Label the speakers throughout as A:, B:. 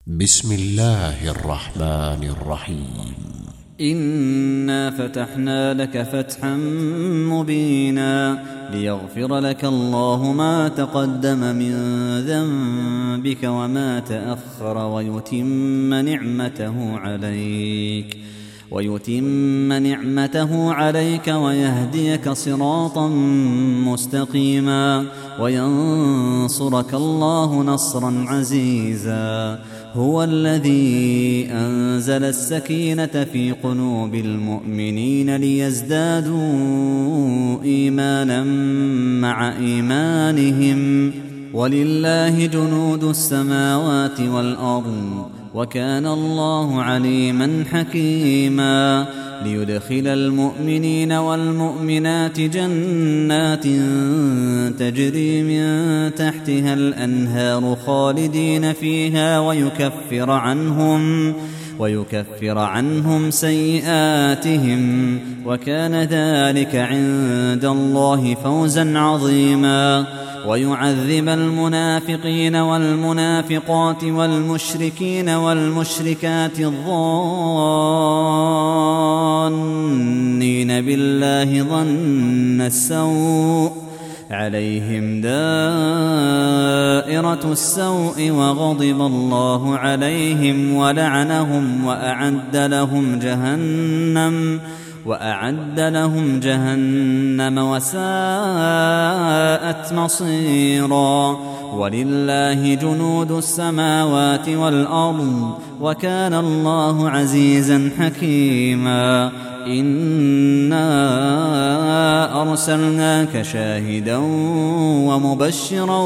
A: بسم الله الرحمن الرحيم.
B: إنا فتحنا لك فتحا مبينا ليغفر لك الله ما تقدم من ذنبك وما تأخر ويتم نعمته عليك ويهديك صراطا مستقيما وينصرك الله نصرا عزيزا. هو الذي أنزل السكينة في قلوب المؤمنين ليزدادوا إيمانا مع إيمانهم ولله جنود السماوات والأرض وكان الله عليما حكيما. ليدخل المؤمنين والمؤمنات جنات تجري من تحتها الأنهار خالدين فيها ويكفر عنهم سيئاتهم وكان ذلك عند الله فوزا عظيما. ويعذب المنافقين والمنافقات والمشركين والمشركات الظانين بالله ظن السوء عليهم دائرة السوء وغضب الله عليهم ولعنهم وأعد لهم جهنم وساءت مصيرا. ولله جنود السماوات والأرض وكان الله عزيزا حكيما. إنا أرسلناك شاهدا ومبشرا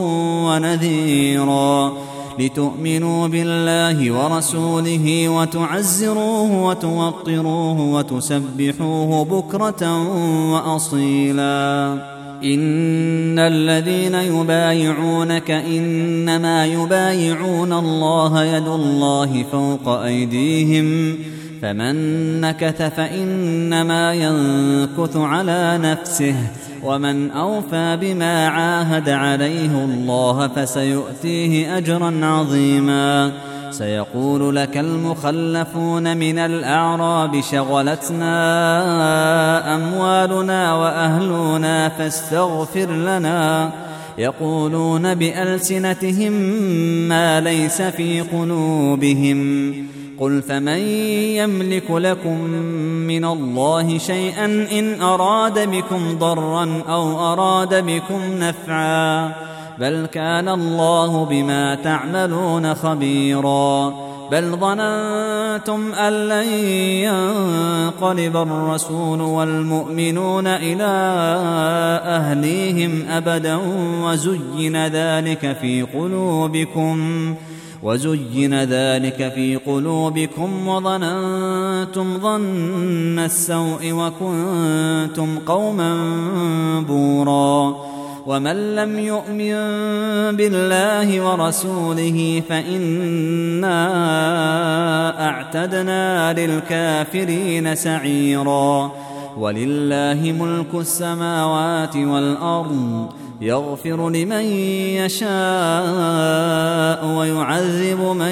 B: ونذيرا لتؤمنوا بالله ورسوله وتعزروه وتوقروه وتسبحوه بكرة وأصيلا. إن الذين يبايعونك إنما يبايعون الله يد الله فوق أيديهم فمن نكث فإنما ينكث على نفسه ومن أوفى بما عاهد عليه الله فسيؤتيه أجرا عظيما. سيقول لك المخلفون من الأعراب شغلتنا أموالنا وأهلنا فاستغفر لنا يقولون بألسنتهم ما ليس في قلوبهم قل فمن يملك لكم من الله شيئا إن أراد بكم ضرا أو أراد بكم نفعا بل كان الله بما تعملون خبيرا. بل ظننتم أن لن ينقلب الرسول والمؤمنون إلى أهليهم أبدا وزين ذلك في قلوبكم وظننتم ظن السوء وكنتم قوما بورا. ومن لم يؤمن بالله ورسوله فإنا أعتدنا للكافرين سعيرا. ولله ملك السماوات والأرض يغفر لمن يشاء ويعذب من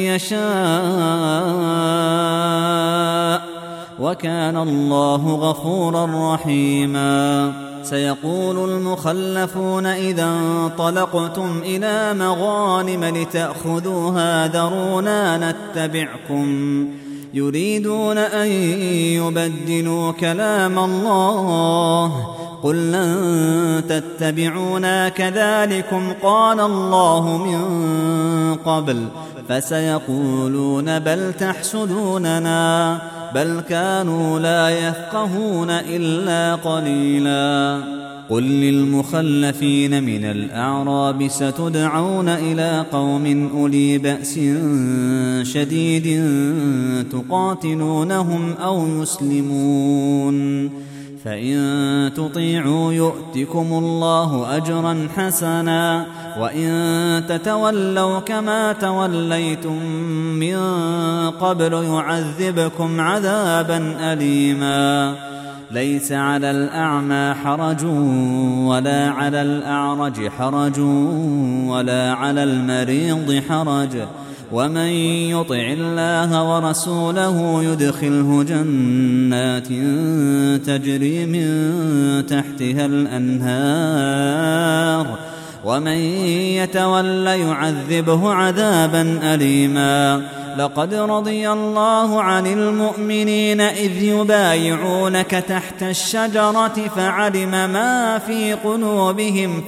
B: يشاء وكان الله غفورا رحيما. سيقول المخلفون إذا انطلقتم إلى مغانم لتأخذوها ذرونا نتبعكم يريدون أن يبدلوا كلام الله قل لن تتبعونا كذلكم قال الله من قبل فسيقولون بل تحسدوننا بل كانوا لا يفقهون إلا قليلا. قل للمخلفين من الأعراب ستدعون إلى قوم أولي بأس شديد تقاتلونهم أو يسلمون فإن تطيعوا يؤتكم الله أجرا حسنا وإن تتولوا كما توليتم من قبل يعذبكم عذابا أليما. ليس على الأعمى حرج ولا على الأعرج حرج ولا على المريض حرج ومن يطع الله ورسوله يدخله جنات تجري من تحتها الأنهار ومن يتول يعذبه عذابا أليما. لقد رضي الله عن المؤمنين إذ يبايعونك تحت الشجرة فعلم ما في قلوبهم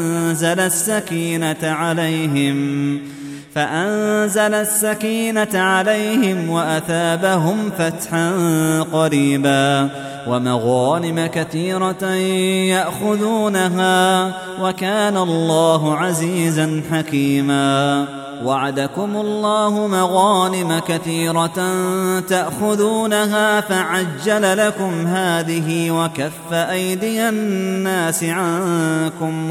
B: فأنزل السكينة عليهم وأثابهم فتحا قريبا ومغانم كثيرة يأخذونها وكان الله عزيزا حكيما. وعدكم الله مغانم كثيرة تأخذونها فعجل لكم هذه وكف أيدي الناس عنكم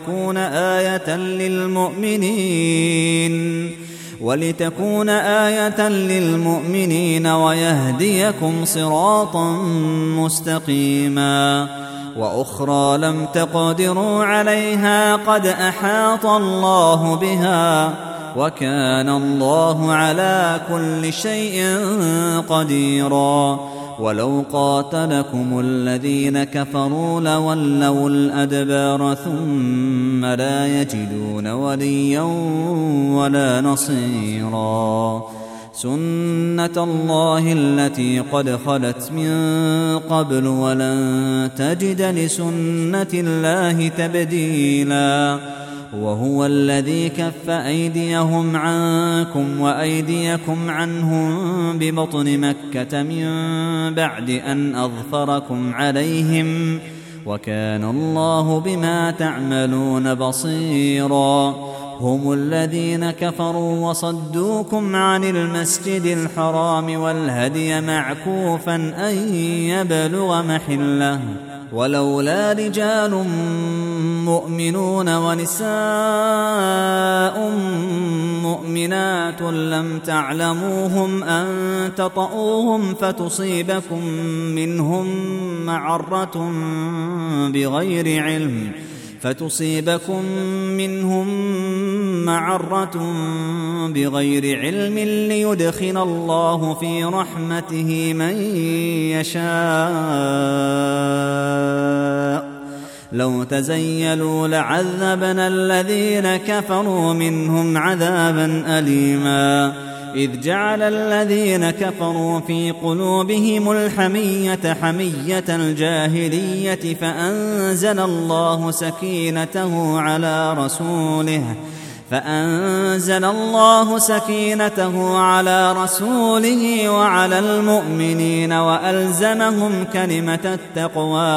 B: ولتكون آية للمؤمنين ويهديكم صراطا مستقيما. وأخرى لم تقدروا عليها قد أحاط الله بها وكان الله على كل شيء قديرا. ولو قاتلكم الذين كفروا لولوا الأدبار ثم لا يجدون وليا ولا نصيرا. سنة الله التي قد خلت من قبل ولن تجد لسنة الله تبديلا. وهو الذي كف أيديهم عنكم وأيديكم عنهم ببطن مكة من بعد أن أظفركم عليهم وكان الله بما تعملون بصيرا. هم الذين كفروا وصدوكم عن المسجد الحرام والهدي معكوفا أن يبلغ محله ولولا رجال مؤمنون ونساء مؤمنات لم تعلموهم أن تطؤوهم فتصيبكم منهم معرة بغير علم ليدخل الله في رحمته من يشاء. لو تزيلوا لعذبنا الذين كفروا منهم عذابا أليما. إذ جعل الذين كفروا في قلوبهم الحمية حمية الجاهلية فأنزل الله سكينته على رسوله وعلى المؤمنين وألزمهم كلمة التقوى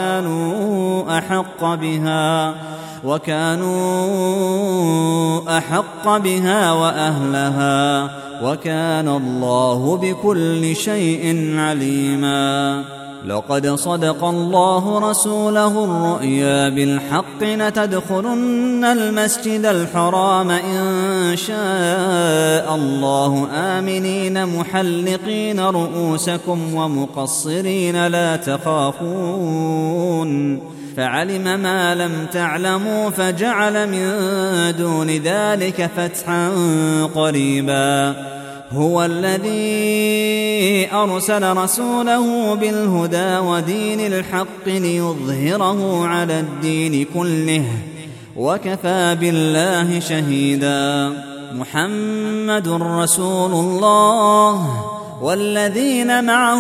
B: وكانوا أحق بها وأهلها وكان الله بكل شيء عليما. لقد صدق الله رسوله الرؤيا بالحق لتدخلن المسجد الحرام إن شاء الله آمنين محلقين رؤوسكم ومقصرين لا تخافون فعلم ما لم تعلموا فجعل من دون ذلك فتحا قريبا. هو الذي أرسل رسوله بالهدى ودين الحق ليظهره على الدين كله وكفى بالله شهيدا. محمد رسول الله والذين معه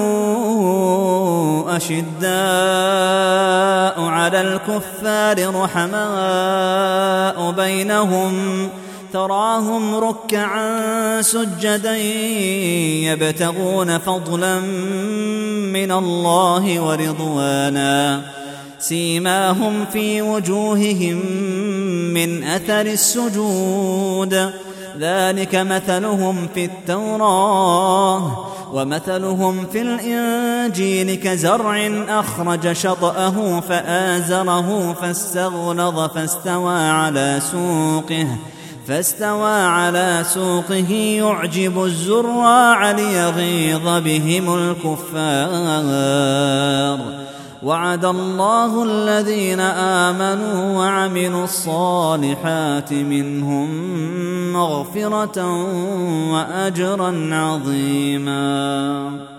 B: أشداء على الكفار رحماء بينهم تراهم ركعا سجدا يبتغون فضلا من الله ورضوانا سيماهم في وجوههم من أثر السجود ذلك مثلهم في التوراة ومثلهم في الإنجيل كزرع أخرج شطأه فآزره فاستغلظ فاستوى على سوقه يعجب الزراع ليغيظ بهم الكفار وعد الله الذين آمنوا وعملوا الصالحات منهم مغفرة وأجرا عظيما.